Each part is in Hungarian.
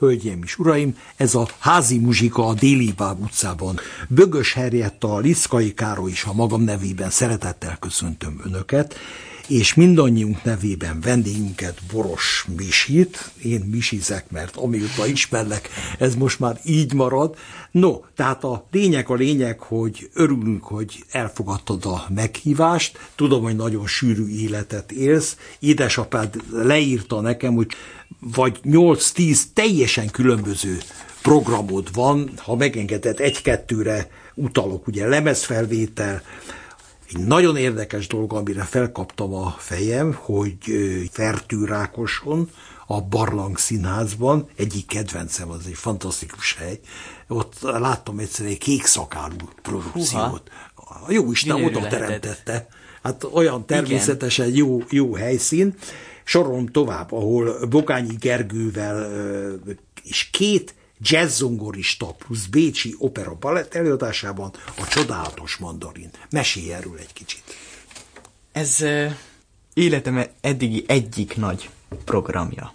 hölgyeim és uraim, ez a házi muzsika a Déli Báb utcában. Bögös Henrietta, Liszkai Károly és a magam nevében szeretettel köszöntöm Önöket, és mindannyiunk nevében vendégünket, Boros Misit. Én misizek, mert amióta ismerlek, ez most már így marad. No, tehát a lényeg, hogy örülünk, hogy elfogadtad a meghívást. Tudom, hogy nagyon sűrű életet élsz. Édesapád leírta nekem, hogy vagy 8-10 teljesen különböző programod van, ha megengedett, egy-kettőre utalok, ugye lemezfelvétel. Egy nagyon érdekes dolog, amire felkaptam a fejem, hogy Fertőrákoson, a Barlang Színházban, egyik kedvencem, az egy fantasztikus hely, ott láttam egyszer egy kékszakálú produkciót. A Jóisten oda teremtette. Hát olyan természetesen jó helyszín. Sorolom tovább, ahol Bogányi Gergővel és két jazzzongorista plusz bécsi opera balett előadásában a Csodálatos Mandarin. Mesélj erről egy kicsit. Ez életem eddigi egyik nagy programja.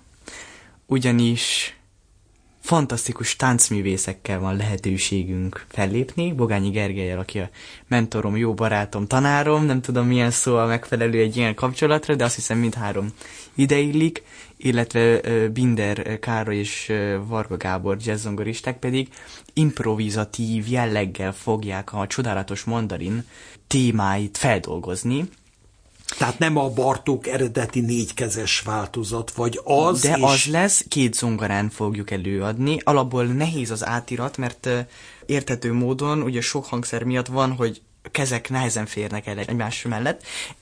Ugyanis fantasztikus táncművészekkel van lehetőségünk fellépni. Bogányi Gergellyel, aki a mentorom, jó barátom, tanárom, nem tudom milyen szó a megfelelő egy ilyen kapcsolatra, de azt hiszem mindhárom ideillik, illetve Binder Károly és Varga Gábor jazzzongoristák pedig improvizatív jelleggel fogják a Csodálatos Mandarin témáit feldolgozni. Tehát nem a Bartók eredeti négykezes változat, vagy az. De az lesz, két zongorán fogjuk előadni. Alapból nehéz az átirat, mert érthető módon, ugye sok hangszer miatt van, hogy kezek nehezen férnek el egymás mellett.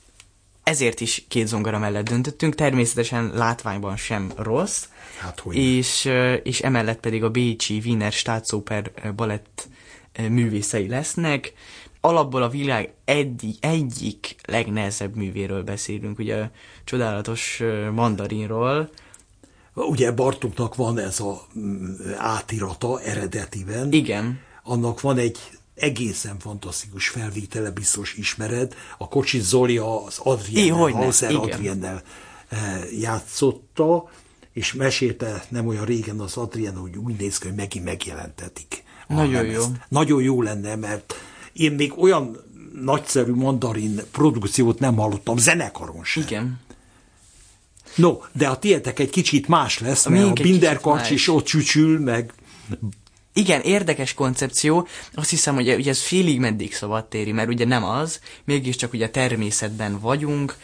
Ezért is két zongora mellett döntöttünk, természetesen látványban sem rossz. Hát, hogy és emellett pedig a bécsi Wiener Staatsoper balett művészei lesznek. Alapból a világ egyik legnehezebb művéről beszélünk, ugye a Csodálatos Mandarinról. Ugye Bartóknak van ez az átirata eredetiben. Igen. Annak van egy egészen fantasztikus felvétele, biztos ismered. A Kocsis Zoli az Adriennel játszotta, és mesélte nem olyan régen az Adrien, hogy úgy néz ki, hogy megint megjelentetik. Nagyon jó. Nagyon jó lenne, mert én még olyan nagyszerű mandarin produkciót nem hallottam, zenekaron sem. Igen. No, de a tietek egy kicsit más lesz, mert a Binder Karcs is ott csücsül, meg... Igen, érdekes koncepció. Azt hiszem, hogy ugye ez félig meddig szabadtéri, mert ugye nem az, mégiscsak ugye természetben vagyunk,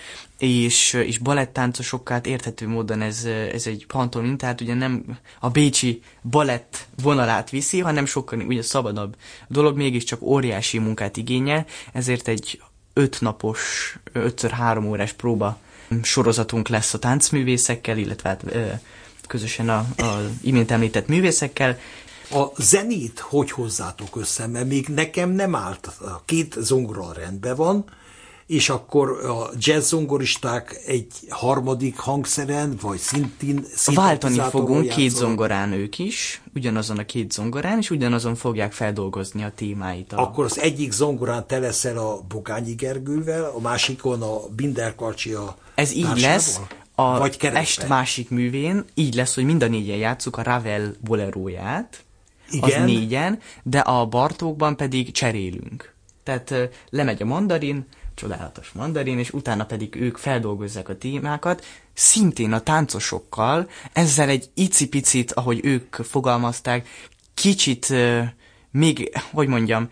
és balettáncosokkal érthető módon ez egy pantomim, tehát ugye nem a bécsi balett vonalát viszi, hanem sokkal ugye szabadabb dolog, mégiscsak óriási munkát igényel, ezért egy 5 napos, 5x3 órás próba sorozatunk lesz a táncművészekkel, illetve hát, közösen a imént említett művészekkel. A zenét hogy hozzátok össze? Mert még nekem nem állt, a két zongora rendben van, és akkor a jazz-zongoristák egy harmadik hangszeren, vagy szintén váltani fogunk két zongorán ők is, ugyanazon a két zongorán, és ugyanazon fogják feldolgozni a témáit. Akkor az egyik zongorán te leszel a Bogányi Gergővel, a másikon a Binder Karcsi a Ez így lesz, a est másik művén, így lesz, hogy mind a négyen játsszuk a Ravel boleróját, az négyen, de a Bartókban pedig cserélünk. Tehát lemegy a mandarin, Csodálatos Mandarin, és utána pedig ők feldolgozzák a témákat, szintén a táncosokkal, ezzel egy icipicit, ahogy ők fogalmazták, kicsit még, hogy mondjam,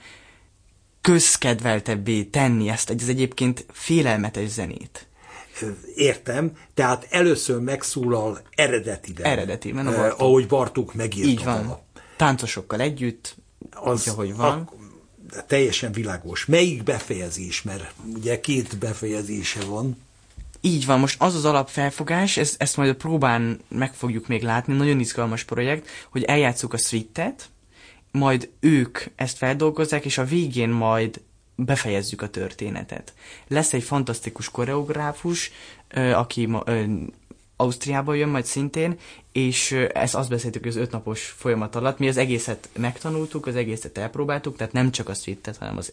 közkedveltebbé tenni ezt az egyébként félelmetes zenét. Értem, tehát először megszólal eredetiben a Bartók. Ahogy Bartók megírta. Így van, táncosokkal együtt, úgy, ahogy van. Teljesen világos. Melyik befejezés? Mert ugye két befejezése van. Így van, most az alapfelfogás, ezt majd a próbán meg fogjuk még látni, nagyon izgalmas projekt, hogy eljátsszuk a suite-et, majd ők ezt feldolgozzák, és a végén majd befejezzük a történetet. Lesz egy fantasztikus koreográfus, aki Ausztriából jön majd szintén, és ezt azt beszéltük az 5 napos folyamat alatt. Mi az egészet megtanultuk, az egészet elpróbáltuk, tehát nem csak a suite-et, hanem az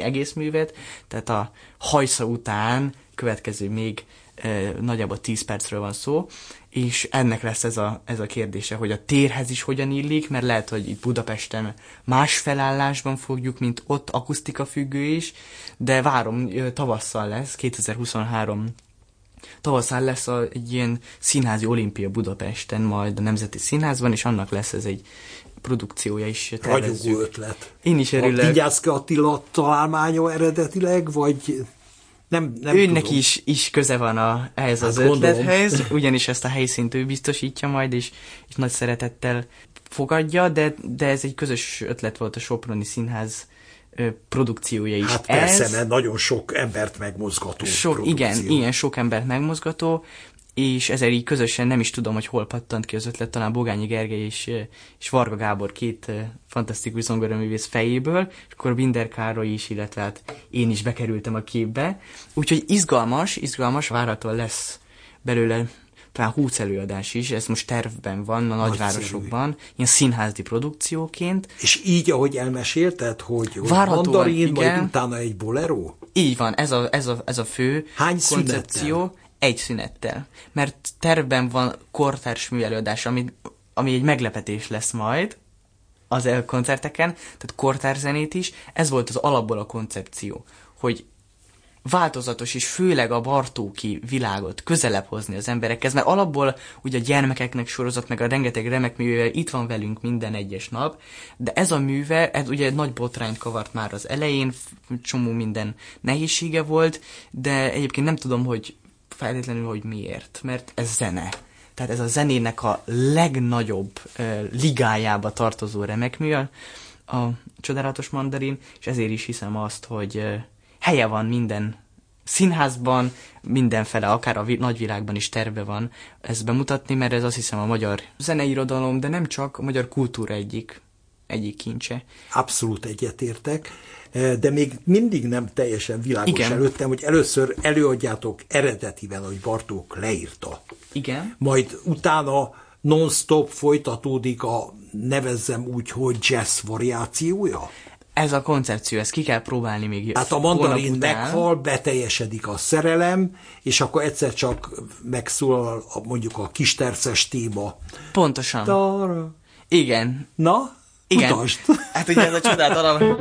egész művet, tehát a hajsza után következő még nagyjából 10 percről van szó, és ennek lesz ez a kérdése, hogy a térhez is hogyan illik, mert lehet, hogy itt Budapesten más felállásban fogjuk, mint ott akusztika függő is, de várom, tavasszal lesz, 2023 tavasszal lesz egy ilyen színházi olimpia Budapesten, majd a Nemzeti Színházban, és annak lesz ez egy produkciója is. Ragyogó ötlet. Én is örülök. A Vigyázke Attila találmánya eredetileg, vagy nem őnek tudom. is köze van ehhez az ötlethez, ugyanis ezt a helyszínt ő biztosítja majd, és nagy szeretettel fogadja, de ez egy közös ötlet volt a Soproni Színház produkciója is. Hát persze, mert nagyon sok embert megmozgató produkció. Igen, sok embert megmozgató, és ezzel így közösen nem is tudom, hogy hol pattant ki az ötlet, talán Bogányi Gergely és Varga Gábor, két fantasztikus zongoraművész fejéből, és akkor Binder Károly is, illetve hát én is bekerültem a képbe. Úgyhogy izgalmas, várhatóan lesz belőle talán 20 előadás is, ez most tervben van a nagyvárosokban, ilyen színházi produkcióként. És így, ahogy elmesélted, hogy mandarin, majd utána egy bolero? Így van, ez a fő Hány koncepció. Szünettel? Egy szünettel. Mert tervben van kortárs műelőadás, ami egy meglepetés lesz majd az koncerteken, tehát kortárs zenét is. Ez volt az alapból a koncepció, hogy változatos és főleg a Bartóki világot közelebb hozni az emberekhez, mert alapból ugye a gyermekeknek sorozat, meg a rengeteg remek művel itt van velünk minden egyes nap, de ez a műve, ez ugye nagy botrányt kavart már az elején, csomó minden nehézsége volt, de egyébként nem tudom, hogy feltétlenül, hogy miért, mert ez zene. Tehát ez a zenének a legnagyobb ligájába tartozó remekmű, a Csodálatos Mandarin, és ezért is hiszem azt, hogy helye van minden színházban, mindenfele, akár a nagyvilágban is terve van ezt bemutatni, mert ez azt hiszem a magyar zeneirodalom, de nem csak a magyar kultúra egyik kincse. Abszolút egyetértek, de még mindig nem teljesen világos előttem, hogy először előadjátok eredetiben, hogy Bartók leírta. Igen. Majd utána non-stop folytatódik a, nevezzem úgy, hogy jazz variációja? Ez a koncepció, ezt ki kell próbálni még. Hát a mandarin meghal, beteljesedik a szerelem, és akkor egyszer csak megszólal mondjuk a kisterces téma. Pontosan. Tara. Igen. Na? Igen. Utasd. Hát ugye ez a csodát alap.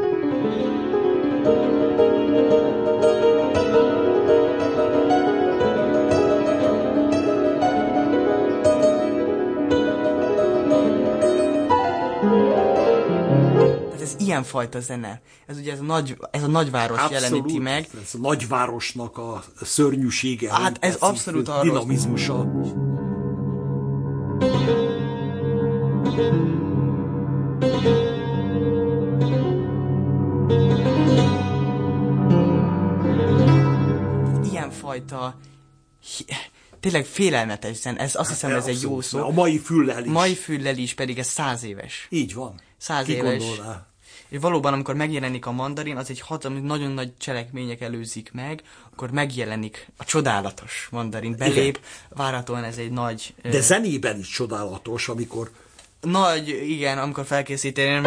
Ez ilyenfajta zene. Ez ugye ez a nagyváros abszolút, jeleníti meg. Ez a nagyvárosnak a szörnyűsége. Hát ez abszolút arról. Dinamizmusa. Ilyenfajta tényleg félelmetes zen. Ez azt hiszem, ez egy jó szó. A mai füllel is. Mai füllel is, pedig ez 100 éves. Így van. 100 éves. És valóban, amikor megjelenik a mandarin, az egy hatalmas, nagyon nagy cselekmények előzik meg, akkor megjelenik a csodálatos mandarin, belép, várhatóan ez egy nagy... De zenében is csodálatos, amikor... Igen, amikor felkészítem...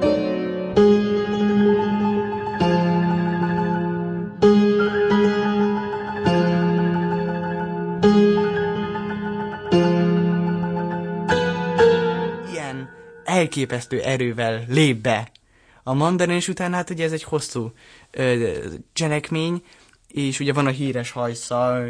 Ilyen elképesztő erővel lép be a mandarin, és utána hát ugye ez egy hosszú cselekmény, és ugye van a híres hajsza.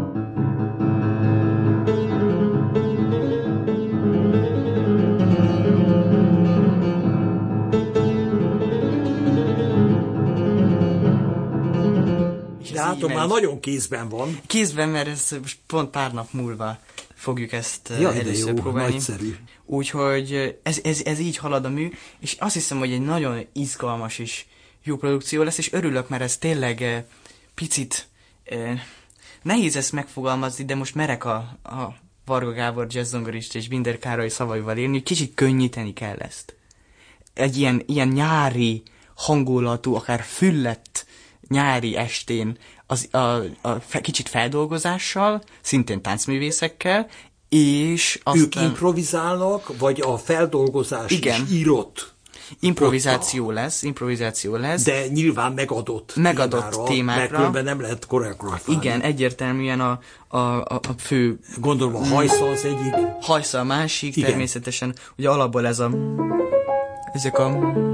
látom, már nagyon kézben van. Kézben, mert ez most pont pár nap múlva fogjuk ezt először próbálni. Nagyszerű. Úgyhogy ez így halad a mű, és azt hiszem, hogy egy nagyon izgalmas és jó produkció lesz, és örülök, mert ez tényleg picit nehéz ezt megfogalmazni, de most merek a Varga Gábor jazzzongorista és Binder Károly szavaival élni, kicsit könnyíteni kell ezt. Egy ilyen nyári hangulatú, akár füllett nyári estén kicsit feldolgozással, szintén táncművészekkel, és aztán... Ők improvizálnak, vagy a feldolgozás is írott? Improvizáció lesz. De nyilván megadott témákra. Mert különben nem lehet koreografálni. Igen, egyértelműen a fő... Gondolom a hajsza az egyik. Hajsza a másik, igen. Természetesen. Ugye alapból ezek a...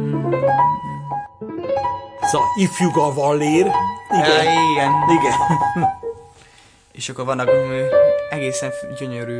Szóval ifjúga vallér. Igen. Igen. És akkor vannak egészen gyönyörű.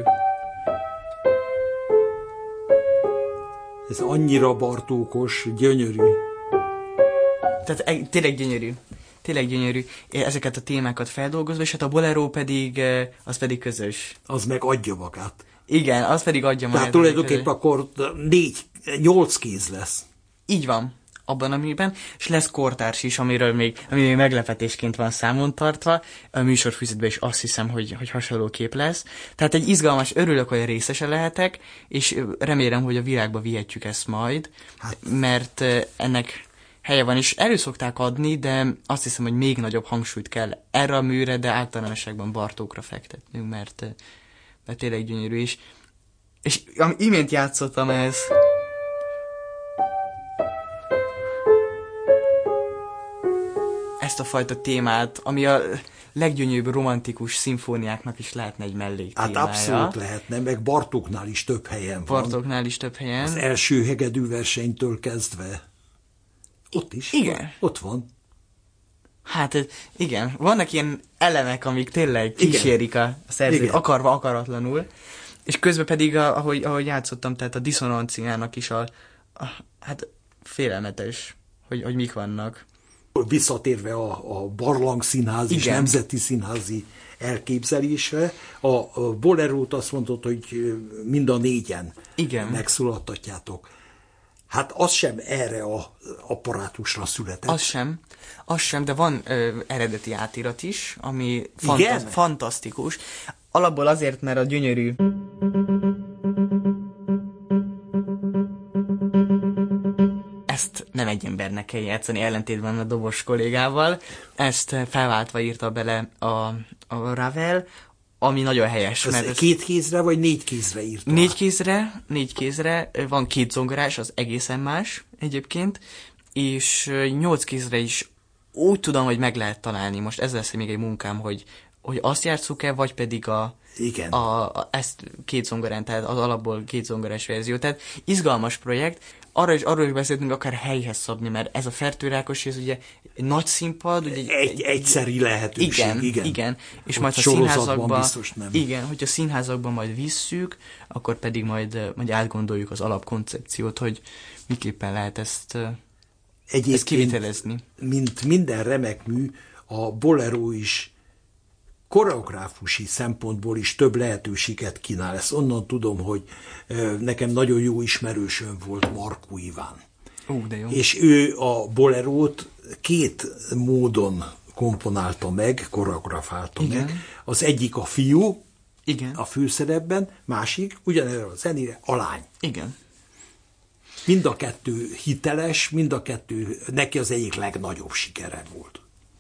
Ez annyira Bartókos, gyönyörű. Tehát tényleg gyönyörű. Tényleg gyönyörű. Ezeket a témákat feldolgozva, és hát a bolero pedig, az pedig közös. Az meg adja magát. Igen, az pedig adja magát. Tehát tulajdonképpen akkor 8 kéz lesz. Így van. Abban a műben, és lesz kortárs is, ami még meglepetésként van számon tartva. A műsorfüzetben is azt hiszem, hogy hasonló kép lesz. Tehát egy izgalmas, örülök, hogy részese lehetek, és remélem, hogy a világba vihetjük ezt majd, mert ennek helye van, és elő szokták adni, de azt hiszem, hogy még nagyobb hangsúlyt kell erre a műre, de általánosságban Bartókra fektetnünk, mert tényleg gyönyörű is. És imént játszottam ezt. Ezt a fajta témát, ami a leggyönyörűbb romantikus szimfóniáknak is lehetne egy melléktémája. Hát abszolút lehetne, meg Bartóknál is több helyen van. Bartóknál is több helyen. Az első hegedű versenytől kezdve. Ott is. Igen. Ott van. Hát igen, vannak ilyen elemek, amik tényleg kísérik a szerzőt, akarva, akaratlanul. És közben pedig, ahogy játszottam, tehát a diszonanciának is hát félelmetes, hogy mik vannak. Visszatérve a barlangszínház és nemzeti színházi elképzelésre, a bolerót azt mondod, hogy mind a 4-en megszólaltatjátok. Hát az sem erre az apparátusra született. Az sem, de van eredeti átirat is, ami fantasztikus. Alapból azért, mert a gyönyörű... Ezt nem egy embernek kell játszani, ellentétben a dobos kollégával. Ezt felváltva írta bele a Ravel, ami nagyon helyes. Mert 2 kézre vagy 4 kézre írta? 4 kézre, van 2 zongorás, az egészen más egyébként, és 8 kézre is úgy tudom, hogy meg lehet találni. Most ez lesz még egy munkám, hogy azt játsszuk-e, vagy pedig ezt 2 zongorán, tehát az alapból 2 zongorás verzió. Tehát izgalmas projekt. Arról is beszéltünk, akár helyhez szabni, mert ez a Fertőrákos, ez ugye egy nagy színpad. Ugye egy egyszeri lehetőség, igen. És majd a színházakban, hogyha a színházakban majd visszük, akkor pedig majd átgondoljuk az alapkoncepciót, hogy miképpen lehet ezt kivitelezni. Mint minden remek mű, a bolero is koreográfusi szempontból is több lehetőséget kínál. Ezt onnan tudom, hogy nekem nagyon jó ismerősöm volt Markó Iván. De jó. És ő a bolerót 2 módon komponálta meg, koreografálta meg. Az egyik a fiú, a főszerepben, másik, ugyanerre a zenére, a lány. Mind a 2 hiteles, mind a 2, neki az egyik legnagyobb sikere volt.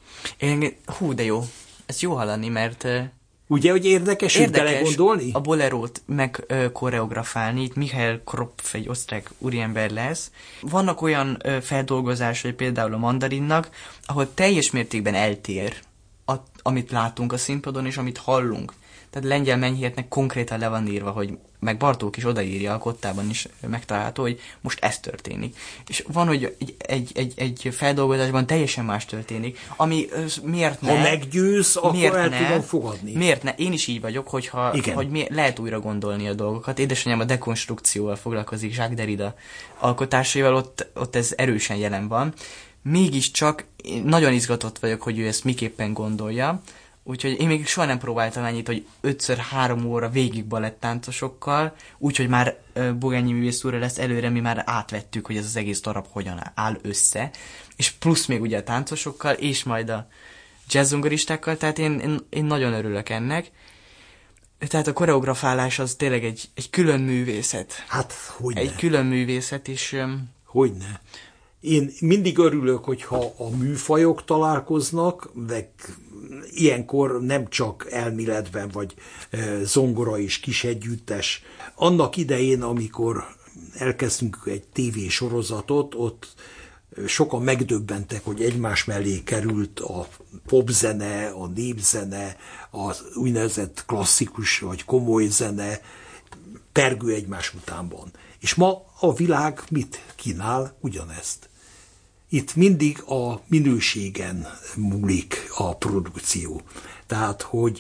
De jó. Ez jó hallani, mert... Ugye, hogy érdekes belegondolni? A bolerót megkoreografálni. Itt Michael Kropf, egy osztrák úriember lesz. Vannak olyan feldolgozásai, például a Mandarinnak, ahol teljes mértékben eltér, amit látunk a színpadon, és amit hallunk. Tehát Lengyel Menyhértnek konkrétan le van írva, hogy meg Bartók is odaírja, a Kottában is megtalálható, hogy most ez történik. És van, hogy egy feldolgozásban teljesen más történik, ami miért ne... Ha meggyőz, akkor el tudom fogadni. Miért ne? Én is így vagyok, hogy lehet újra gondolni a dolgokat. Édesanyám a dekonstrukcióval foglalkozik, Jacques Derrida alkotásaival, ott ez erősen jelen van. Mégiscsak nagyon izgatott vagyok, hogy ő ezt miképpen gondolja. Úgyhogy én még soha nem próbáltam ennyit, hogy 5x3 óra végig baletttáncosokkal, úgyhogy már Bogányi művész úrra lesz előre, mi már átvettük, hogy ez az egész darab hogyan áll össze, és plusz még ugye a táncosokkal, és majd a jazzzongoristákkal, tehát én nagyon örülök ennek. Tehát a koreografálás az tényleg egy külön művészet. Hát, hogyne. Egy külön művészet, és... Hogyne. Én mindig örülök, hogyha a műfajok találkoznak, meg ilyenkor nem csak elméletben, vagy zongora és kis együttes. Annak idején, amikor elkezdtünk egy tévésorozatot, ott sokan megdöbbentek, hogy egymás mellé került a popzene, a népzene, az úgynevezett klasszikus vagy komoly zene, pergő egymás utánban. És ma a világ mit kínál? Ugyanezt. Itt mindig a minőségen múlik a produkció. Tehát, hogy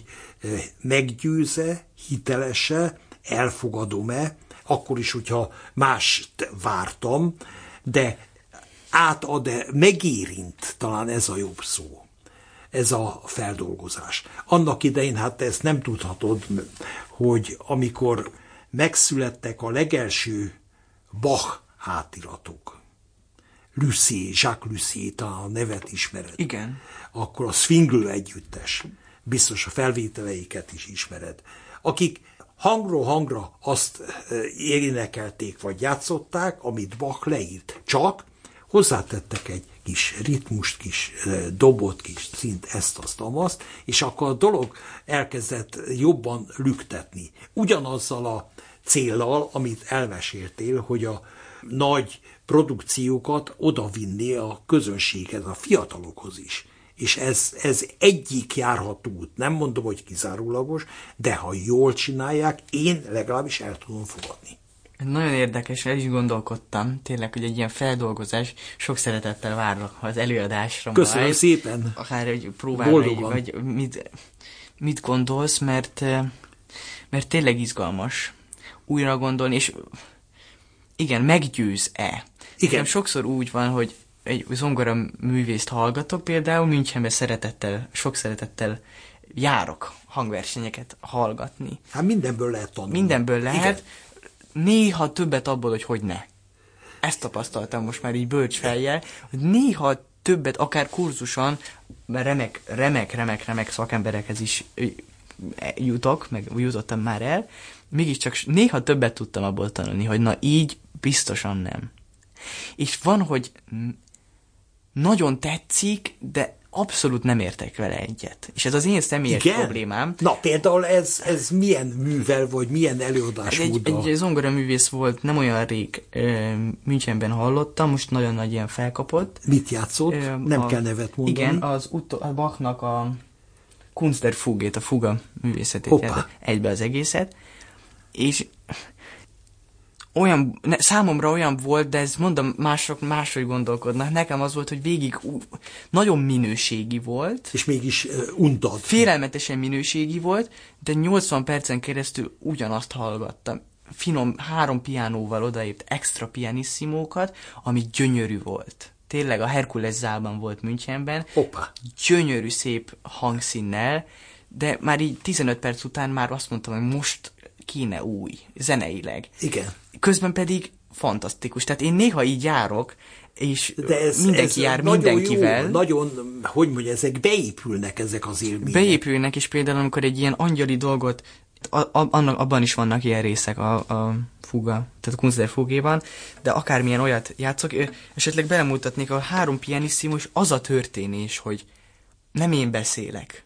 meggyőze, hitelese, elfogadom-e, akkor is, hogyha mást vártam, de átad-e, megérint, talán ez a jobb szó, ez a feldolgozás. Annak idején, hát ezt nem tudhatod, hogy amikor megszülettek a legelső Bach átiratok, Lussier, Jacques Lussier, talán a nevet ismered. Igen. Akkor a Swingle együttes, biztos a felvételeiket is ismered, akik hangról hangra azt énekelték, vagy játszották, amit Bach leírt. Csak hozzátettek egy kis ritmust, kis dobot, kis szint, ezt, azt, amazt, és akkor a dolog elkezdett jobban lüktetni. Ugyanazzal a céllal, amit elmeséltél, hogy a nagy produkciókat odavinni a közönséghez, a fiatalokhoz is. És ez egyik járható út. Nem mondom, hogy kizárólagos, de ha jól csinálják, én legalábbis el tudom fogadni. Nagyon érdekes, el is gondolkodtam, tényleg, hogy egy ilyen feldolgozás, sok szeretettel várok az előadásra. Köszönöm majd. szépen! Akár egy próbálva, vagy mit gondolsz, mert tényleg izgalmas újra gondolni, és igen, meggyőz-e? Igen. Sokszor úgy van, hogy egy zongora művészt hallgatok, például Münchenben sok szeretettel járok hangversenyeket hallgatni. Hát mindenből lehet tanulni. Mindenből lehet. Igen. Néha többet abból, hogy ne. Ezt tapasztaltam most már így bölcs fejjel, hogy néha többet, akár kurzuson, mert remek szakemberekhez is jutok, meg jutottam már el, mégiscsak néha többet tudtam abból tanulni, hogy na így biztosan nem. És van, hogy nagyon tetszik, de abszolút nem értek vele egyet. És ez az én személyes problémám. Na például ez milyen művel, vagy milyen előadásmóddal? Egy zongoraművész volt, nem olyan rég Münchenben hallottam, most nagyon nagy ilyen felkapott. Mit játszott? Nem kell nevet mondani. Igen, a Bachnak a Kunst der Fugét, a fuga művészetét, egybe az egészet. És számomra olyan volt, de ez mondom, mások máshogy gondolkodnak. Nekem az volt, hogy végig nagyon minőségi volt. És mégis untad. Félelmetesen minőségi volt, de 80 percen keresztül ugyanazt hallgattam. Finom 3 piánóval odaért extra pianissimókat, ami gyönyörű volt. Tényleg a Herkules zálban volt Münchenben. Hoppá. Gyönyörű, szép hangszínnel, de már így 15 perc után már azt mondtam, hogy most kéne új, zeneileg. Igen. Közben pedig fantasztikus. Tehát én néha így járok, és mindenki jár mindenkivel. Jó, nagyon, hogy mondja, ezek beépülnek ezek az élmények. Beépülnek, és például amikor egy ilyen angyali dolgot, abban is vannak ilyen részek a fuga, tehát a Kunst der Fugéban, de akármilyen olyat játszok, esetleg belemutatnék a 3 pianissimo, és az a történés, hogy nem én beszélek.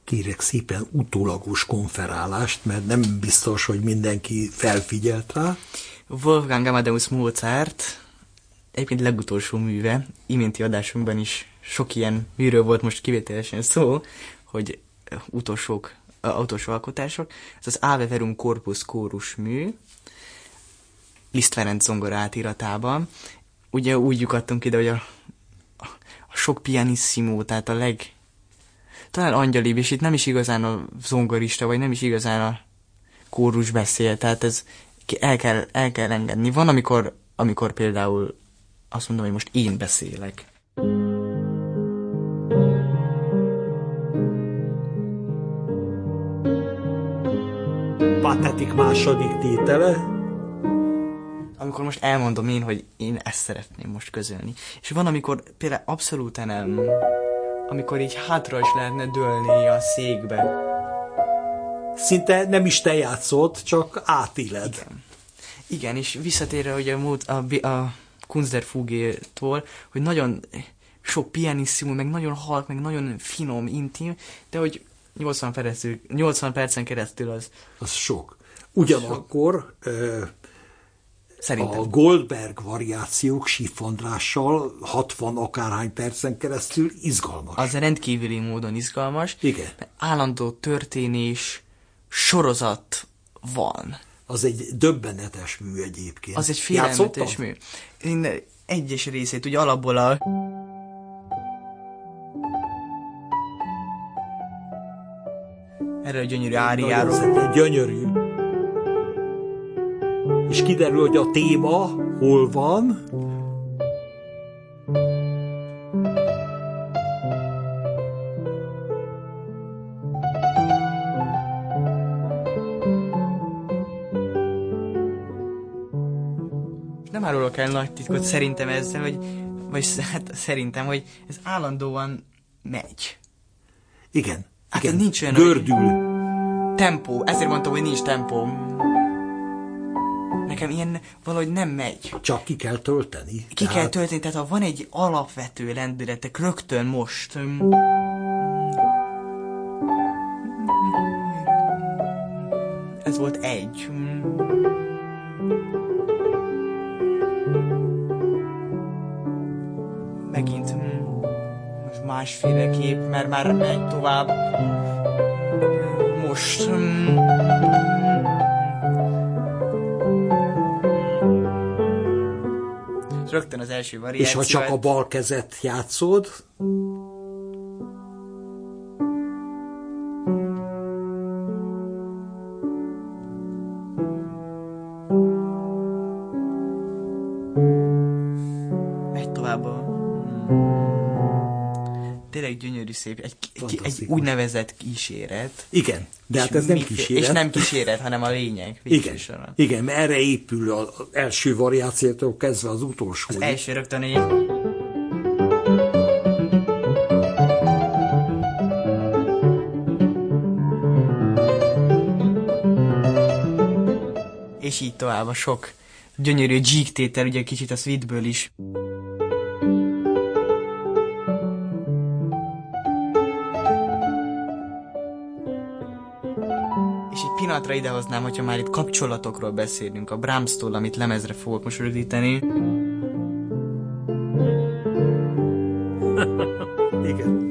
kérek szépen utólagos konferálást, mert nem biztos, hogy mindenki felfigyelt rá. Wolfgang Amadeus Mozart, egyébként legutolsó műve, iménti adásunkban is sok ilyen műről volt most kivételesen szó, hogy utolsó alkotások. Ez az Ave Verum Corpus kórus mű, Liszt Ferenc zongora átiratában. Ugye úgy lyukadtunk ide, hogy a sok pianissimo, tehát talán angyalibb, és itt nem is igazán a zongorista, vagy nem is igazán a kórus beszél, tehát ez el kell engedni. Van, amikor például azt mondom, hogy most én beszélek. Patetik második tétele. Amikor most elmondom én, hogy én ezt szeretném most közölni. És van, amikor például abszolút nem, amikor így hátra is lehetne dőlni a székbe. Szinte nem is te játszod, csak átéled. Igen, és visszatérve ugye a Kunst der Fuge-tól, hogy nagyon sok pianissimo, meg nagyon halk, meg nagyon finom, intim, de hogy 80 percen keresztül az sok. Ugyanakkor a Goldberg variációk Schiff-Andrással 60 akárhány percen keresztül izgalmas. Az rendkívüli módon izgalmas. Igen. Állandó történés, sorozat van. Az egy döbbenetes mű egyébként. Az egy félelmetes mű. Én egyes részét, ugye alapból erre a gyönyörű áriáról. Gyönyörű. És kiderül, hogy a téma hol van. Nem árulok el nagy titkot szerintem ezzel, szerintem, hogy ez állandóan megy. Igen. Hát igen. Nincs olyan, gördül. Tempó, ezért mondtam, hogy nincs tempó. Nekem ilyen valahogy nem megy. Csak ki kell tölteni. Kell tölteni, tehát ha van egy alapvető lendületek rögtön most... Ez volt egy. Megint most másféleképp, mert már megy tovább. Most... Rögtön az első variáció. És ha csak a bal kezet játszod... Megy tovább tényleg gyönyörű szép, egy úgynevezett kíséret. Igen, de hát ez nem kíséret. És nem kíséret, hanem a lényeg. Igen, mert erre épül az első variációtól kezdve az utolsó. Az első rögtön egy... És így tovább a sok gyönyörű dzsíktétel, ugye kicsit a Sweetből is. Pillanatra idehoznám, hogyha már itt kapcsolatokról beszélünk, a Brahms-tól, amit lemezre fogok most rögzíteni. Igen.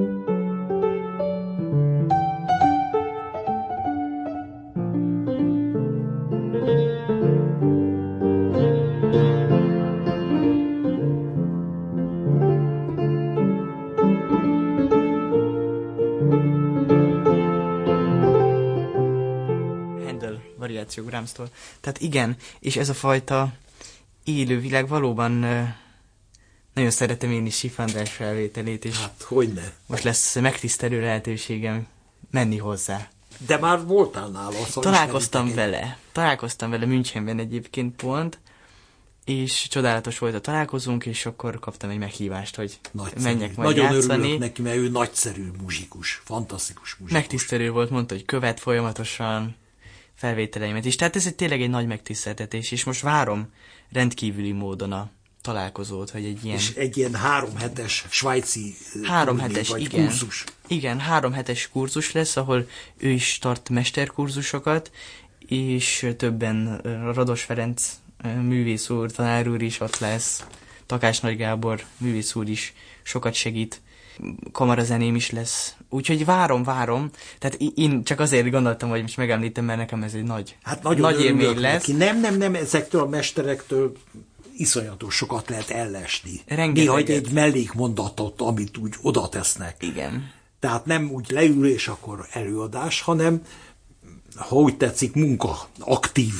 Brahms-tól. Tehát igen, és ez a fajta élő világ valóban nagyon szeretem én is Schiff András felvételét, és hát hogyne. Most lesz megtisztelő lehetőségem menni hozzá. De már voltál nála. Találkoztam vele Münchenben egyébként pont, és csodálatos volt a találkozónk, és akkor kaptam egy meghívást, hogy menjek majd nagyon játszani. Nagyon örülök neki, mert ő nagyszerű muzsikus, fantasztikus muzsikus. Megtisztelő volt, mondta, hogy követ folyamatosan felvételeimet is. Tehát ez tényleg egy nagy megtiszteltetés, és most várom rendkívüli módon a találkozót, hogy egy ilyen... És egy ilyen 3 hetes svájci 3 hetes, vagy igen. kurzus. Igen, 3 hetes kurzus lesz, ahol ő is tart mesterkurzusokat, és többen Rados Ferenc művész úr, tanár úr is ott lesz, Takács Nagy Gábor művész úr is sokat segít, kamarazeném is lesz. Úgyhogy várom. Tehát én csak azért gondoltam, hogy most megemlítem, mert nekem ez egy nagy élmény lesz. Nem, ezektől a mesterektől iszonyatos sokat lehet ellesni. Néha egy mellékmondatot, amit úgy oda tesznek. Igen. Tehát nem úgy leül és akkor előadás, hanem, ha úgy tetszik, munka, aktív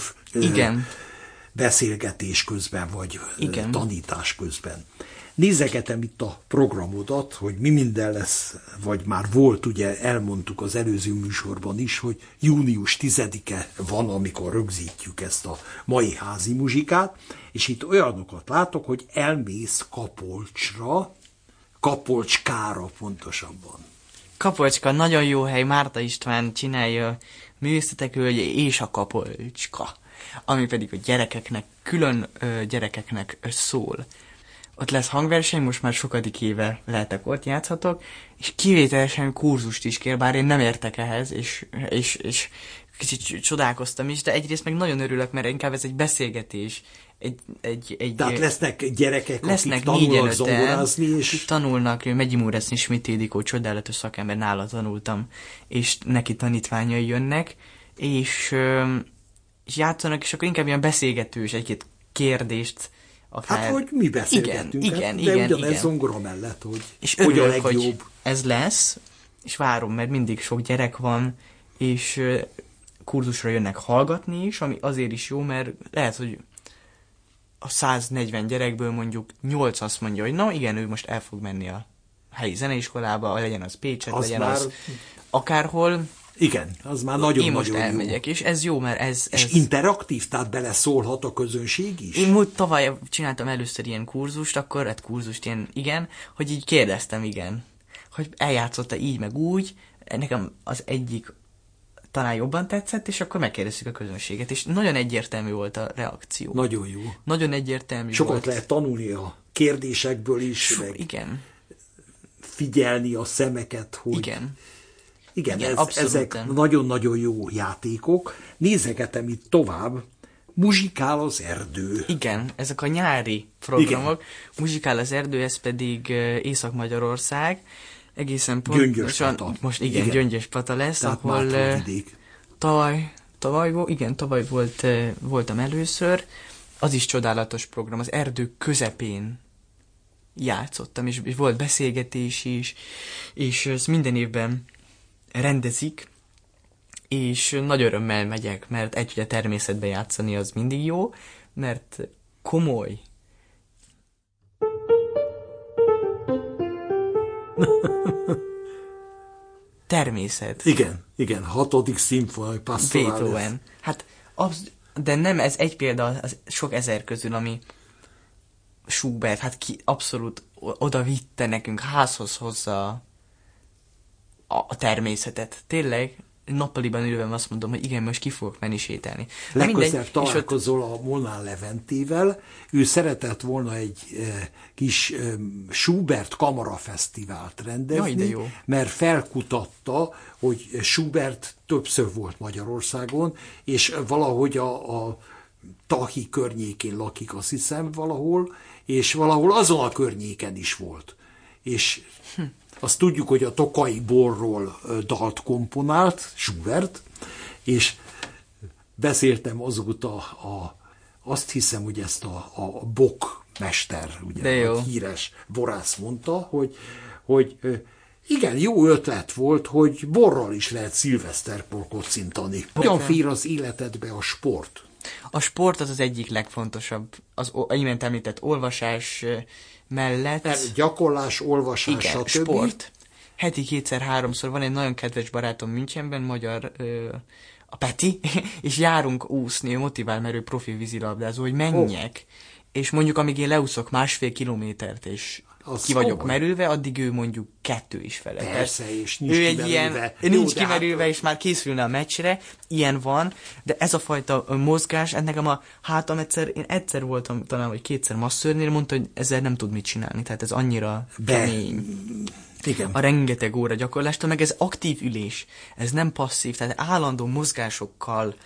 beszélgetés közben, vagy tanítás közben. Nézegetem itt a programodat, hogy mi minden lesz, vagy már volt, ugye elmondtuk az előző műsorban is, hogy június 10-e van, amikor rögzítjük ezt a mai házi muzsikát, és itt olyanokat látok, hogy elmész Kapolcsra, Kapolcskára pontosabban. Kapolcska, nagyon jó hely, Márta István csinálja Művészetek Völgye és a Kapolcska, ami pedig a gyerekeknek, külön gyerekeknek szól. Ott lesz hangverseny, most már sokadik éve lehetek ott, játszhatok, és kivételesen kurzust is kér, bár én nem értek ehhez, és kicsit csodálkoztam is, de egyrészt meg nagyon örülök, mert inkább ez egy beszélgetés. Tehát lesznek gyerekek, akik tanulnak zongorázni, és tanulnak, Megyi Múreszni, Schmidt Ildikó, csodálatos szakember, nála tanultam, és neki tanítványai jönnek, és játszanak, és akkor inkább ilyen beszélgetős, egy-két kérdést akár... Hát, hogy mi beszélgetünk, igen, de ugyanez zongora mellett, hogy és hogy örülök, a legjobb. hogy ez lesz, és várom, mert mindig sok gyerek van, és kurzusra jönnek hallgatni is, ami azért is jó, mert lehet, hogy a 140 gyerekből mondjuk 8 azt mondja, hogy na igen, ő most el fog menni a helyi zeneiskolába, legyen az Pécset, az legyen már... az akárhol. Igen, az már nagyon-nagyon jó. Én most elmegyek, és ez jó, mert ez... És interaktív, tehát beleszólhat a közönség is? Én tavaly csináltam először ilyen kurzust, akkor, hogy így kérdeztem, hogy eljátszotta így, meg úgy, nekem az egyik talán jobban tetszett, és akkor megkérdeztük a közönséget, és nagyon egyértelmű volt a reakció. Nagyon jó. Nagyon egyértelmű sokat volt. Lehet tanulni a kérdésekből is, meg figyelni a szemeket, hogy... Igen, ezek nagyon-nagyon jó játékok. Nézegetem itt tovább. Muzsikál az erdő. Igen, ezek a nyári programok. Igen. Muzsikál az erdő, ez pedig Észak-Magyarország. Egészen pontosan. Most Gyöngyöspata lesz, tehát ahol tavaly voltam először. Az is csodálatos program. Az erdő közepén játszottam, és volt beszélgetés is, és ezt minden évben rendezik, és nagy örömmel megyek, mert egy ugye természetben játszani az mindig jó, mert komoly. Természet. Igen, 6. szimfoni Pastoralis. Beethoven. Hát, de nem ez egy példa az sok ezer közül, ami Schubert, hát ki abszolút oda vitte nekünk, házhoz hozza a természetet. Tényleg, nappaliban ülve azt mondom, hogy igen, most ki fogok menni sétálni. Legközelebb találkozol a Molnár Leventével, ő szeretett volna egy kis Schubert kamarafesztivált rendezni, mert felkutatta, hogy Schubert többször volt Magyarországon, és valahogy a Tahi környékén lakik, azt hiszem valahol, és valahol azon a környéken is volt. És azt tudjuk, hogy a tokaji borról dalt komponált, Schubert, és beszéltem azóta azt hiszem, hogy ezt a Bock mester, ugye, a híres borász mondta, hogy igen, jó ötlet volt, hogy borral is lehet szilveszterkor kocintani. Hogyan fér az életedbe a sport? A sport az egyik legfontosabb. Az imént említett olvasás mellett. Gyakorlás, olvasás, igen, stb. Sport. Heti 2-3-szor van egy nagyon kedves barátom Münchenben, magyar, a Peti, és járunk úszni, motivál, mert ő profi vízilabdázó, hogy menjek. és mondjuk amíg én leúszok 1,5 kilométert, és az ki vagyok komoly. merülve, addig ő mondjuk 2 is fele. Persze, és nincs ő kimerülve. egy ilyen, nincs kimerülve, és már készülne a meccsre, ilyen van, de ez a fajta mozgás, nekem a hátam én egyszer voltam talán, vagy 2-szer masszörnél, mondta, hogy ezzel nem tud mit csinálni, tehát ez annyira kemény. Igen. A rengeteg óra gyakorlástól, meg ez aktív ülés, ez nem passzív, tehát állandó mozgásokkal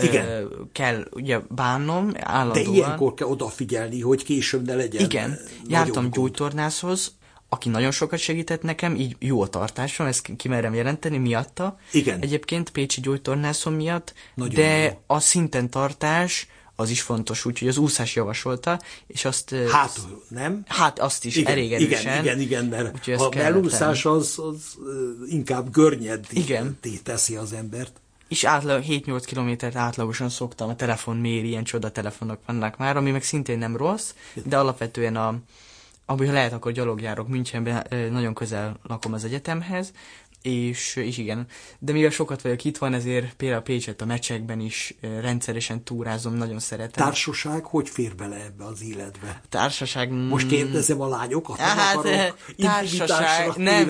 kell ugye bánnom, állandóan. De ilyenkor kell odafigyelni, hogy később ne legyen. Igen, jártam gyógytornászhoz, aki nagyon sokat segített nekem, így jó a tartásom, ezt kimerem jelenteni miatta. Igen. Egyébként pécsi gyógytornászom miatt, nagyon de jó. a szinten tartás az is fontos, úgyhogy az úszás javasolta, és azt... Hát, nem? Hát azt is elég erősen. Igen, mert úgyhogy a melúszás az inkább görnyeddé teszi az embert. És átlag 7-8 kilométert átlagosan szoktam, a telefon méri, ilyen csodatelefonok vannak már, ami meg szintén nem rossz, de alapvetően ahogy lehet, akkor gyalogjárok Münchenben, nagyon közel lakom az egyetemhez, és igen, de mivel sokat vagyok itt van, ezért például Pécset a meccsekben is rendszeresen túrázom, nagyon szeretem. Társaság hogy fér bele ebbe az életbe? Társaság... Most kérdezem a lányokat, nem akarok társaság, nem,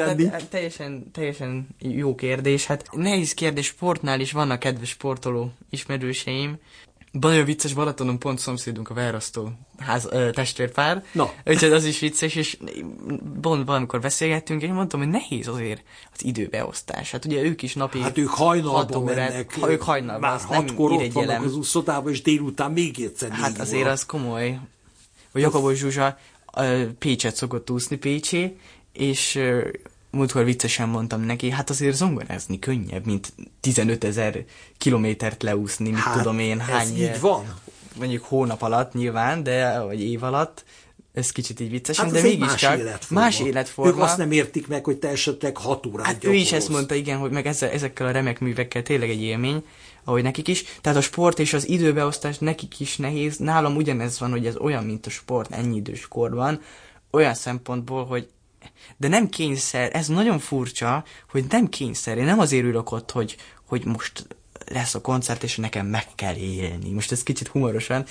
teljesen jó kérdés. Hát nehéz kérdés, sportnál is vannak kedves sportoló ismerőseim. Nagyon vicces, Balatonon pont szomszédunk a Verasztó testvérpár, úgyhogy az is vicces, és valamikor beszélgettünk, és mondtam, hogy nehéz azért az időbeosztás. Hát ugye ők is napi... Hát ők hajnalba mennek, ők hajnalban, már 6-kor ott vannak az úszodában, és délután még egyszer 4 Hát azért az komoly. Vagy Jakabos Zsuzsa Pécset szokott úszni, Pécsé, és múltkor viccesen mondtam neki, hát azért zongorázni könnyebb, mint 15 000 kilométert leúszni, mit tudom én, hány... Ez így van. Mondjuk hónap alatt nyilván, vagy év alatt, ez kicsit így viccesen, hát de mégiscsak más életforma. Ők azt nem értik meg, hogy te esetleg 6 órát hát ő is ezt mondta, igen, hogy meg ezekkel a remek művekkel tényleg egy élmény, ahogy nekik is. Tehát a sport és az időbeosztás nekik is nehéz. Nálam ugyanez van, hogy ez olyan, mint a sport ennyi idős korban, olyan szempontból, hogy de nem kényszer, ez nagyon furcsa, hogy nem kényszer. Én nem azért ülök ott, hogy most lesz a koncert, és nekem meg kell élni. Most ez kicsit humorosan.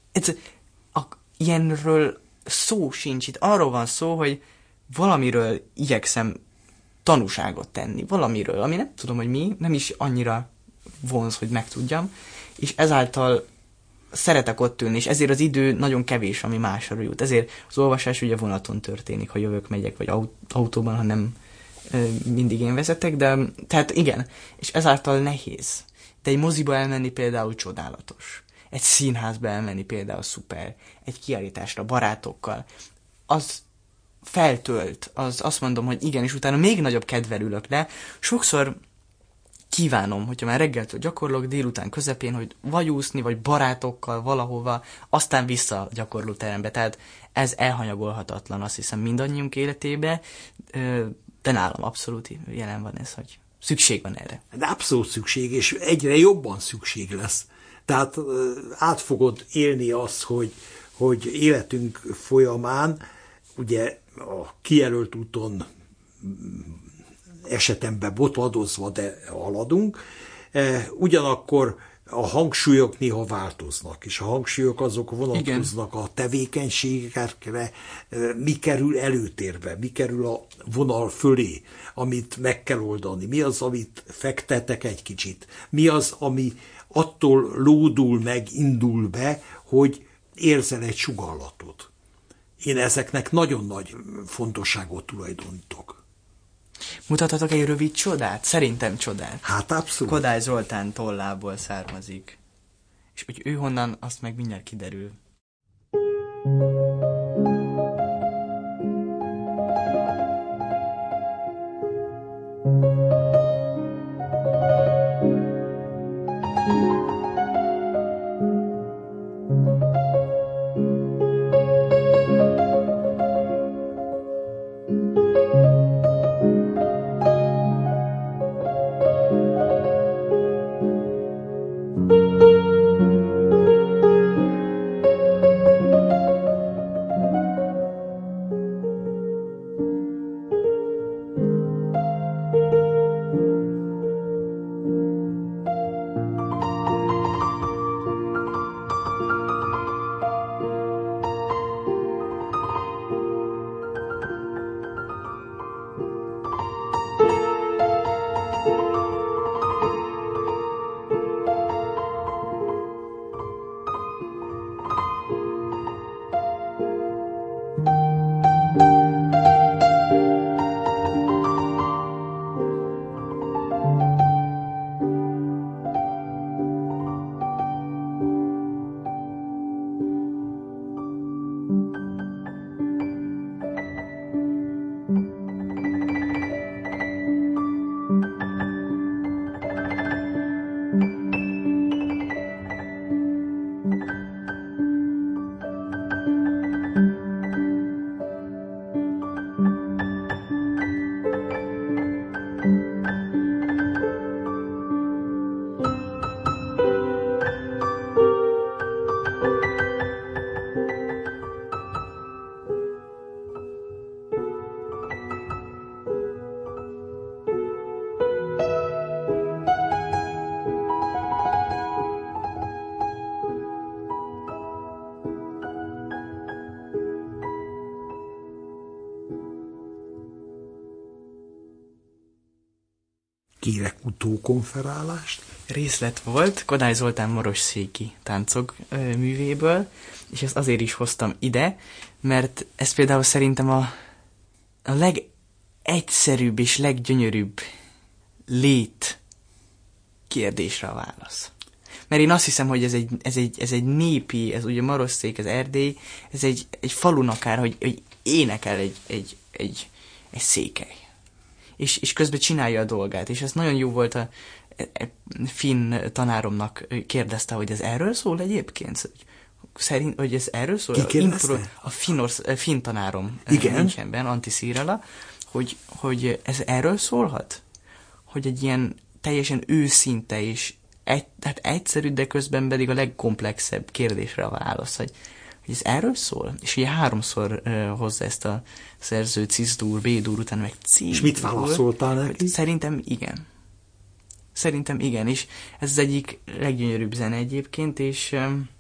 Ilyenről szó sincs itt. Arról van szó, hogy valamiről igyekszem tanúságot tenni. Valamiről, ami nem tudom, hogy mi, nem is annyira vonz, hogy megtudjam. És ezáltal szeretek ott ülni, és ezért az idő nagyon kevés, ami másra jut. Ezért az olvasás ugye vonaton történik, ha jövök, megyek, vagy autóban, ha nem mindig én vezetek, de tehát igen, és ezáltal nehéz. De egy moziba elmenni például csodálatos. Egy színházba elmenni például szuper. Egy kiállításra barátokkal. Az feltölt, az azt mondom, hogy igen, és utána még nagyobb kedvel ülök le. Sokszor kívánom, hogyha már reggeltől gyakorlok, délután közepén, hogy vagy úszni, vagy barátokkal valahova, aztán vissza a gyakorlóterembe. Tehát ez elhanyagolhatatlan, azt hiszem, mindannyiunk életébe, de nálam abszolút jelen van ez, hogy szükség van erre. De abszolút szükség, és egyre jobban szükség lesz. Tehát át fogod élni azt, hogy életünk folyamán, ugye a kijelölt úton esetemben botladozva, de haladunk, ugyanakkor a hangsúlyok néha változnak, és a hangsúlyok azok vonatkoznak a tevékenységekre, mi kerül előtérbe, mi kerül a vonal fölé, amit meg kell oldani, mi az, amit fektetek egy kicsit, mi az, ami attól lódul meg, indul be, hogy érzel egy sugallatot. Én ezeknek nagyon nagy fontosságot tulajdonítok. Mutathatok egy rövid csodát? Szerintem csodát. Hát abszolút. Kodály Zoltán tollából származik. És hogy ő honnan, azt meg mindjárt kiderül. kérek utókonferálást. Részlet volt Kodály Zoltán Marosszéki táncok művéből, és ezt azért is hoztam ide, mert ez például szerintem a legegyszerűbb és leggyönyörűbb lét kérdésre a válasz. Mert én azt hiszem, hogy ez egy népi, ez ugye Marosszék, ez Erdély, ez egy falun akár, hogy énekel egy székely. És közben csinálja a dolgát. És ez nagyon jó volt a finn tanáromnak kérdezte, hogy ez erről szól egyébként? Szerint, hogy ez erről szól? Ki kérdezte? A finn tanárom Münchenben, Antti Szírala, hogy ez erről szólhat? Hogy egy ilyen teljesen őszinte és tehát egyszerű, de közben pedig a legkomplexebb kérdésre a válasz, hogy ez erről szól? És ugye 3-szor hozza ezt a szerző C-dur, B-dur, utána meg C-dur. És mit válaszoltál neki? Szerintem igen, és ez az egyik leggyönyörűbb zene egyébként, és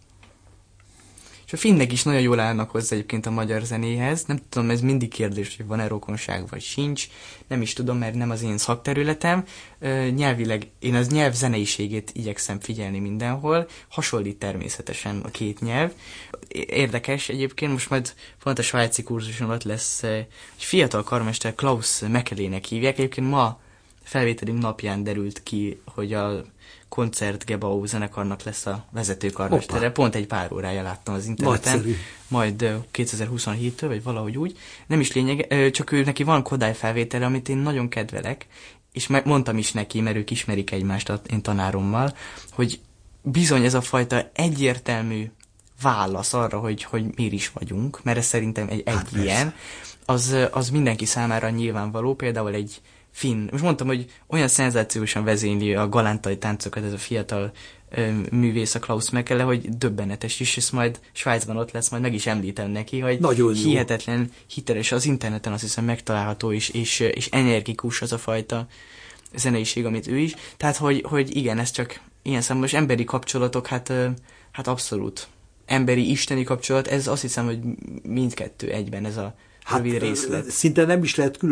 a finnek is nagyon jól állnak hozzá egyébként a magyar zenéhez. Nem tudom, ez mindig kérdés, hogy van-e rokonság, vagy sincs. Nem is tudom, mert nem az én szakterületem. Nyelvileg én az nyelv zeneiségét igyekszem figyelni mindenhol. Hasonlít természetesen a két nyelv. Érdekes egyébként, most majd pont a svájci kurzuson ott lesz egy fiatal karmester, Klaus Mekelének hívják. Egyébként ma felvételünk napján derült ki, hogy a Koncertgebau zenekarnak lesz a vezető karmestere. Pont egy pár órája láttam az interneten. Nagyszerű. Majd 2027-től, vagy valahogy úgy. Nem is lényeg, csak ő neki van Kodály felvétele, amit én nagyon kedvelek, és mondtam is neki, mert ők ismerik egymást én tanárommal, hogy bizony ez a fajta egyértelmű válasz arra, hogy miért is vagyunk, mert ez szerintem egy ilyen, az mindenki számára nyilvánvaló, például egy finn. Most mondtam, hogy olyan szenzációsan vezényli a galántai táncokat ez a fiatal művész, a Klaus Mekele, hogy döbbenetes is, és majd Svájcban ott lesz, majd meg is említem neki, hogy nagyon hihetetlen jó. Hiteles, az interneten azt hiszem megtalálható, és energikus az a fajta zeneiség, amit ő is. Tehát, hogy igen, ez csak ilyen számos emberi kapcsolatok, hát abszolút. Emberi, isteni kapcsolat, ez azt hiszem, hogy mindkettő egyben ez a rövid részlet. Szinte nem is lehet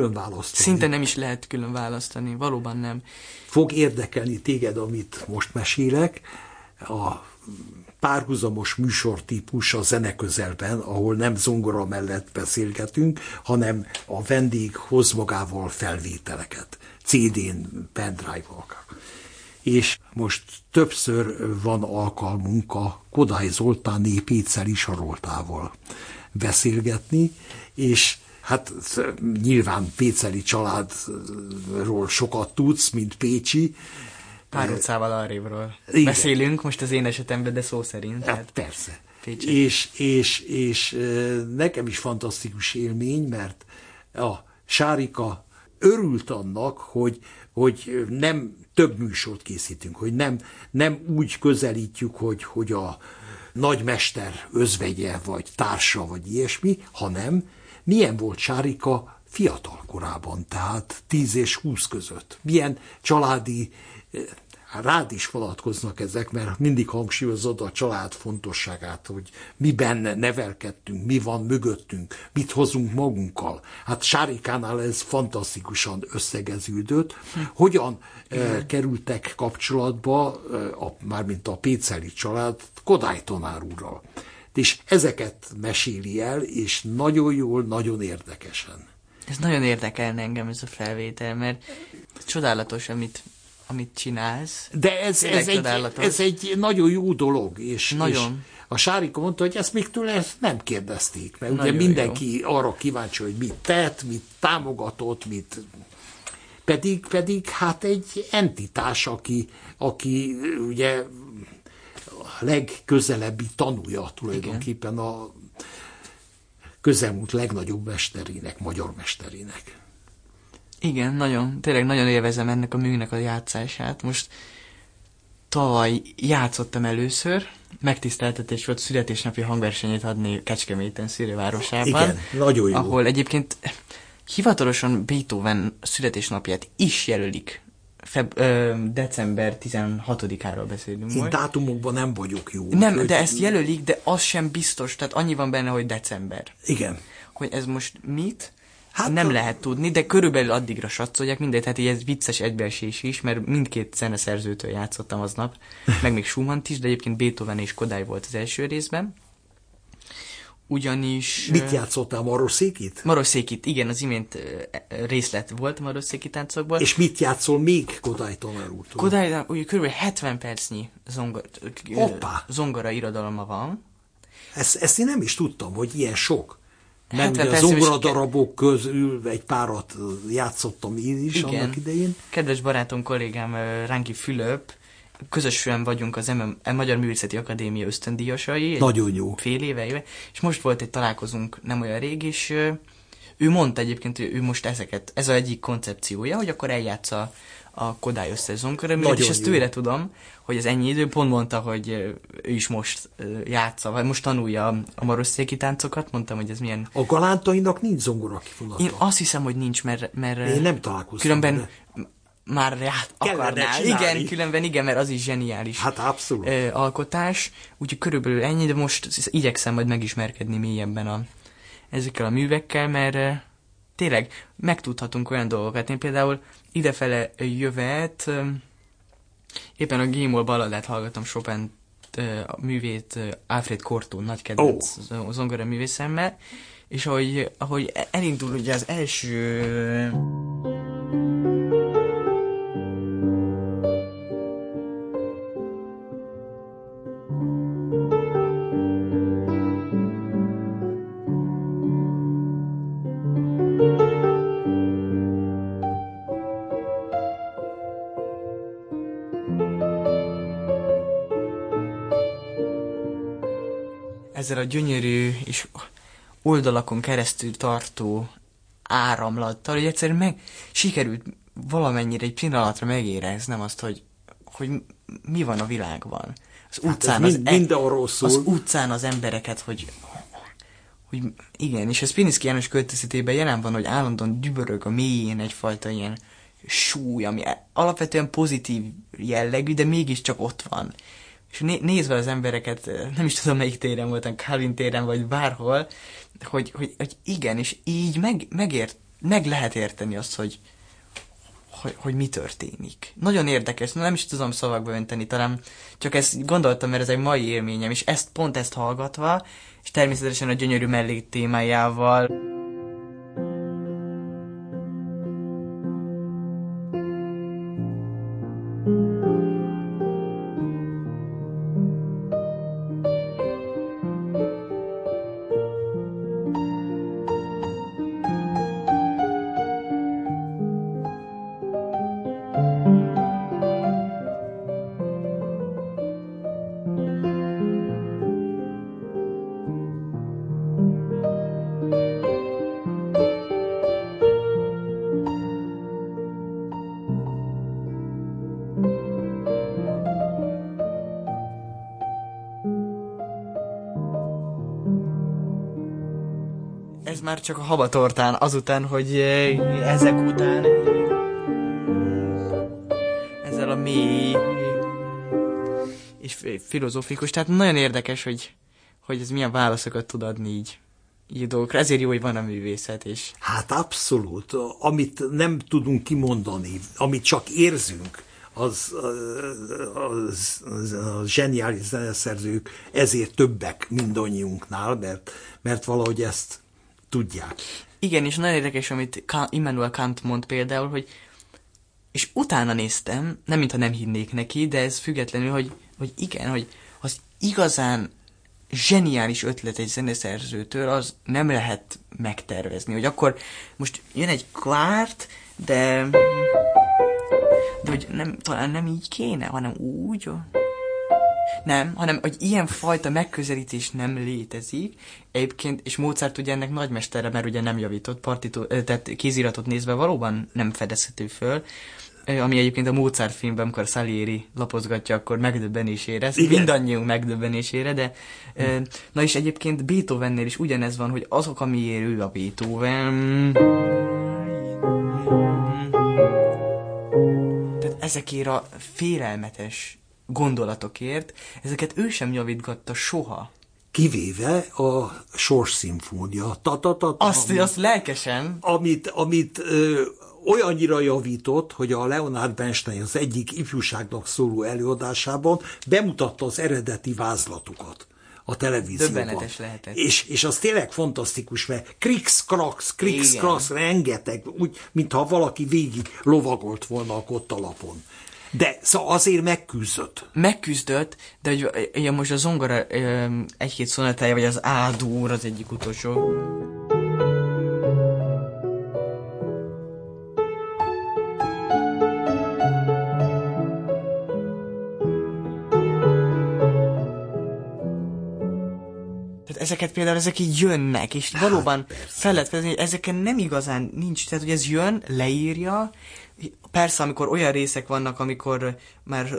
külön választani. Valóban nem. Fog érdekelni téged, amit most mesélek. A párhuzamos műsortípus a Zeneközelben, ahol nem zongora mellett beszélgetünk, hanem a vendég hoz magával felvételeket. CD-n, pendrive-val. És most többször van alkalmunk a Kodály Zoltánné Péceli Saroltával beszélgetni, és hát nyilván péceli családról sokat tudsz, mint pécsi. Pár utcával arrébbről beszélünk, most az én esetemben, de szó szerint. Hát persze. Pécsi. És nekem is fantasztikus élmény, mert a Sárika örült annak, hogy nem több műsort készítünk, hogy nem úgy közelítjük, hogy a nagymester özvegye, vagy társa, vagy ilyesmi, hanem milyen volt Sárika fiatal korában, tehát 10 és 20 között. Milyen családi, rád is vonatkoznak ezek, mert mindig hangsúlyozod a család fontosságát, hogy miben nevelkedtünk, mi van mögöttünk, mit hozunk magunkkal. Hát Sárikánál ez fantasztikusan összegeződött. Hogyan kerültek kapcsolatba, mármint a péceli család, Kodály tanár úrral. És ezeket meséli el, és nagyon jól, nagyon érdekesen. Ez nagyon érdekelne engem ez a felvétel, mert csodálatos, amit csinálsz. De ez egy nagyon jó dolog, és a Sárika mondta, hogy ezt még tőle nem kérdezték, mert nagyon ugye mindenki jó. Arra kíváncsi, hogy mit tett, mit támogatott, mit... Pedig hát egy entitás, aki ugye a legközelebbi tanúja tulajdonképpen a közelmúlt legnagyobb mesterének, magyar mesterének. Igen, tényleg nagyon élvezem ennek a műnek a játszását. Most tavaly játszottam először, megtiszteltetés volt születésnapi hangversenyét adni Kecskeméten, Szülővárosában. Igen, nagyon jó. Ahol egyébként hivatalosan Beethoven születésnapját is jelölik. December 16-áról beszélünk. Én dátumokban nem vagyok jó. Nem, de ezt jelölik, de az sem biztos, tehát annyi van benne, hogy december. Igen. Hogy ez most mit? Hát nem lehet tudni, de körülbelül addigra satszolják mindegy, hát így ez vicces egybeesés is, mert mindkét zeneszerzőtől játszottam aznap, meg még Schumann is, de egyébként Beethoven és Kodály volt az első részben. Ugyanis... Mit játszottál, Marosszékit? Marosszékit, igen, az imént részlet volt Marosszéki táncokból. És mit játszol még Kodály tanár úrtól? Kodálynak ugye kb. 70 percnyi zongora irodalma van. Ezt én nem is tudtam, hogy ilyen sok. Mert ugye a persze, zongoradarabok közül egy párat játszottam én is, igen, annak idején. Kedves barátom, kollégám Ránki Fülöp, közösen vagyunk az Magyar Művészeti Akadémia ösztöndíjasai. Nagyon jó. Fél éve, és most volt egy találkozunk nem olyan rég, és ő mondta egyébként, hogy ő most ez az egyik koncepciója, hogy akkor eljátsza a Kodály összes zongoraművet, és ezt tőle tudom, hogy ez ennyi idő, pont mondta, hogy ő is most játsza, vagy most tanulja a marosszéki táncokat, mondtam, hogy ez milyen... A galántainak nincs zongora kifogata. Én azt hiszem, hogy nincs, mert én nem találkoztam. Különben már akarná. Igen, különben igen, mert az is zseniális. Hát abszolút. Alkotás, úgyhogy körülbelül ennyi, de most igyekszem majd megismerkedni mélyebben ezekkel a művekkel, mert tényleg megtudhatunk olyan dolgokat. Én például idefele jövet, éppen a G-moll balladát hallgatom Chopin a művét, Alfred Cortot, nagy kedvenc zongora művészemmel, és ahogy elindul ugye az első... ezzel a gyönyörű és oldalakon keresztül tartó áramlattal, hogy egyszerűen sikerült valamennyire egy pillanatra megéreznem azt, hogy mi van a világban. Az utcán, az utcán az embereket, hogy igen, és a Szpiniszky János költészetében jelen van, hogy állandóan dübörög a mélyén egyfajta ilyen súly, ami alapvetően pozitív jellegű, de mégiscsak ott van. És nézve az embereket, nem is tudom melyik téren voltam, Calvin téren, vagy bárhol, hogy igen, és így meg lehet érteni azt, hogy mi történik. Nagyon érdekes, nem is tudom szavakba önteni, talán csak ezt gondoltam, mert ez egy mai élményem, és pont ezt hallgatva, és természetesen a gyönyörű mellék témájával. Ez már csak a habatortán, azután, hogy ezek után ezzel a mély és filozófikus, tehát nagyon érdekes, hogy ez milyen válaszokat tud adni így dolgokra. Ezért jó, hogy van a művészet. És... Hát abszolút. Amit nem tudunk kimondani, amit csak érzünk, az a zseniális zeneszerzők ezért többek mindannyiunknál, mert valahogy ezt tudják. Igen, és nagyon érdekes, amit Immanuel Kant mond például, hogy és utána néztem, nem mintha nem hinnék neki, de ez függetlenül, hogy igen, hogy az igazán zseniális ötlet egy zeneszerzőtől, az nem lehet megtervezni, hogy akkor most jön egy kvárt, de hogy nem, talán nem így kéne, hanem úgy. Nem, hanem, hogy ilyen fajta megközelítés nem létezik. Egyébként, és Mozart ugye ennek nagymestere, mert ugye nem javított tehát kéziratot nézve valóban nem fedezhető föl, ami egyébként a Mozart filmben, amikor Salieri lapozgatja, akkor megdöbbenésére, mindannyiunk megdöbbenésére, de na és egyébként Beethovennél is ugyanez van, hogy azok, amiért ő a Beethoven, tehát ezekért a félelmetes gondolatokért, ezeket ő sem javítgatta soha. kivéve a Sorsszimfónia. Azt lelkesen. Amit olyannyira javított, hogy a Leonard Bernstein az egyik ifjúságnak szóló előadásában bemutatta az eredeti vázlatokat a televízióban. Döbbenetes lehetett. És az tényleg fantasztikus, mert krix-krax, rengeteg, úgy, mintha valaki végig lovagolt volna a kottalapon. De szóval azért megküzdött. Megküzdött, de hogy most a zongora egy-két szonatája, vagy az A-dur az egyik utolsó. Ezeket például ezek így jönnek, és valóban fel lehet fedezni, hogy ezeken nem igazán nincs, tehát hogy ez jön, leírja, persze amikor olyan részek vannak, amikor már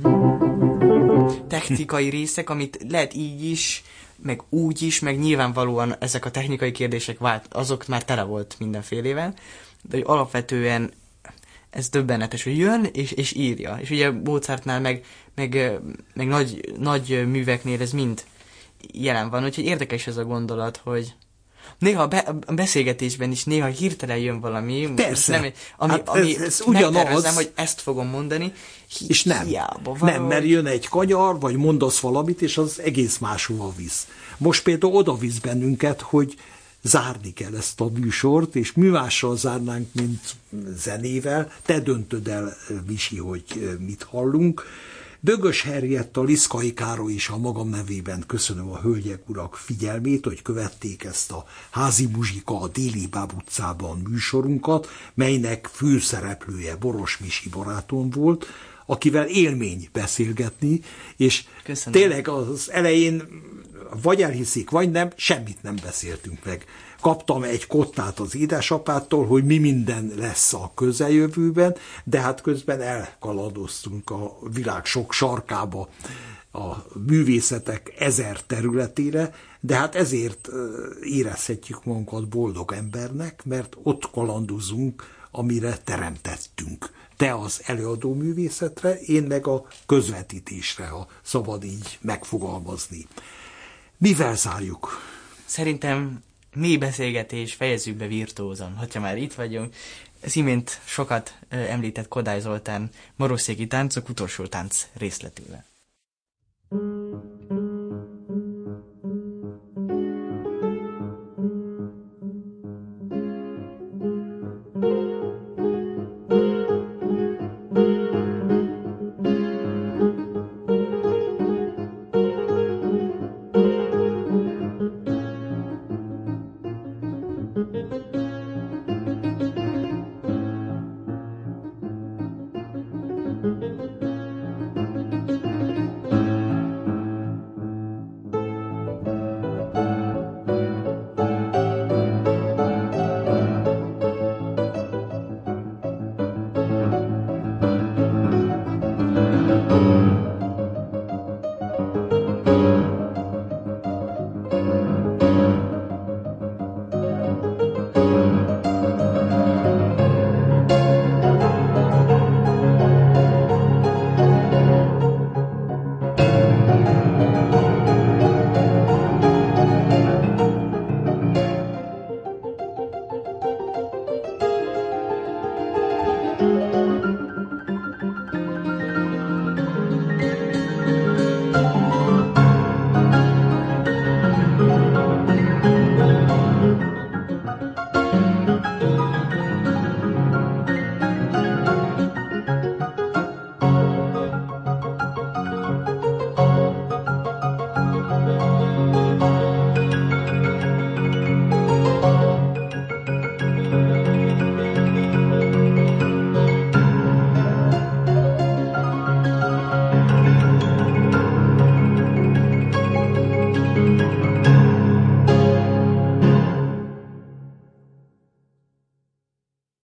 technikai részek, amit lehet így is, meg úgy is, meg nyilvánvalóan ezek a technikai kérdések azok már tele volt mindenfélével, de hogy alapvetően ez döbbenetes, hogy jön és írja, és ugye Mozartnál meg nagy műveknél ez mind jelen van, úgyhogy érdekes ez a gondolat, hogy néha a beszélgetésben is néha hirtelen jön valami, persze. Ami ez ugyanaz, hogy ezt fogom mondani, és nem. Hiába, nem, mert jön egy kanyar, vagy mondasz valamit, és az egész máshova visz. Most például oda visz bennünket, hogy zárni kell ezt a műsort, és mi mással zárnánk, mint zenével. Te döntöd el, Visi, hogy mit hallunk. Bögös Henrietta, Liszkai Károly és a magam nevében köszönöm a hölgyek, urak figyelmét, hogy követték ezt a Házi Muzsika a Déli Báb utcában műsorunkat, melynek főszereplője Boros Misi barátom volt, akivel élmény beszélgetni, és köszönöm. Tényleg az elején vagy elhiszik, vagy nem, semmit nem beszéltünk meg. Kaptam egy kottát az édesapától, hogy mi minden lesz a közeljövőben, de hát közben elkaladoztunk a világ sok sarkába, a művészetek 1000 területére, de hát ezért érezhetjük magunkat boldog embernek, mert ott kalandozunk, amire teremtettünk. Te az előadó művészetre, én meg a közvetítésre, ha szabad így megfogalmazni. Mivel zárjuk? Szerintem mély beszélgetés, fejezzük be virtuózon, hogyha már itt vagyunk. Ez imént sokat említett Kodály Zoltán Marosszéki táncok utolsó tánc részletével.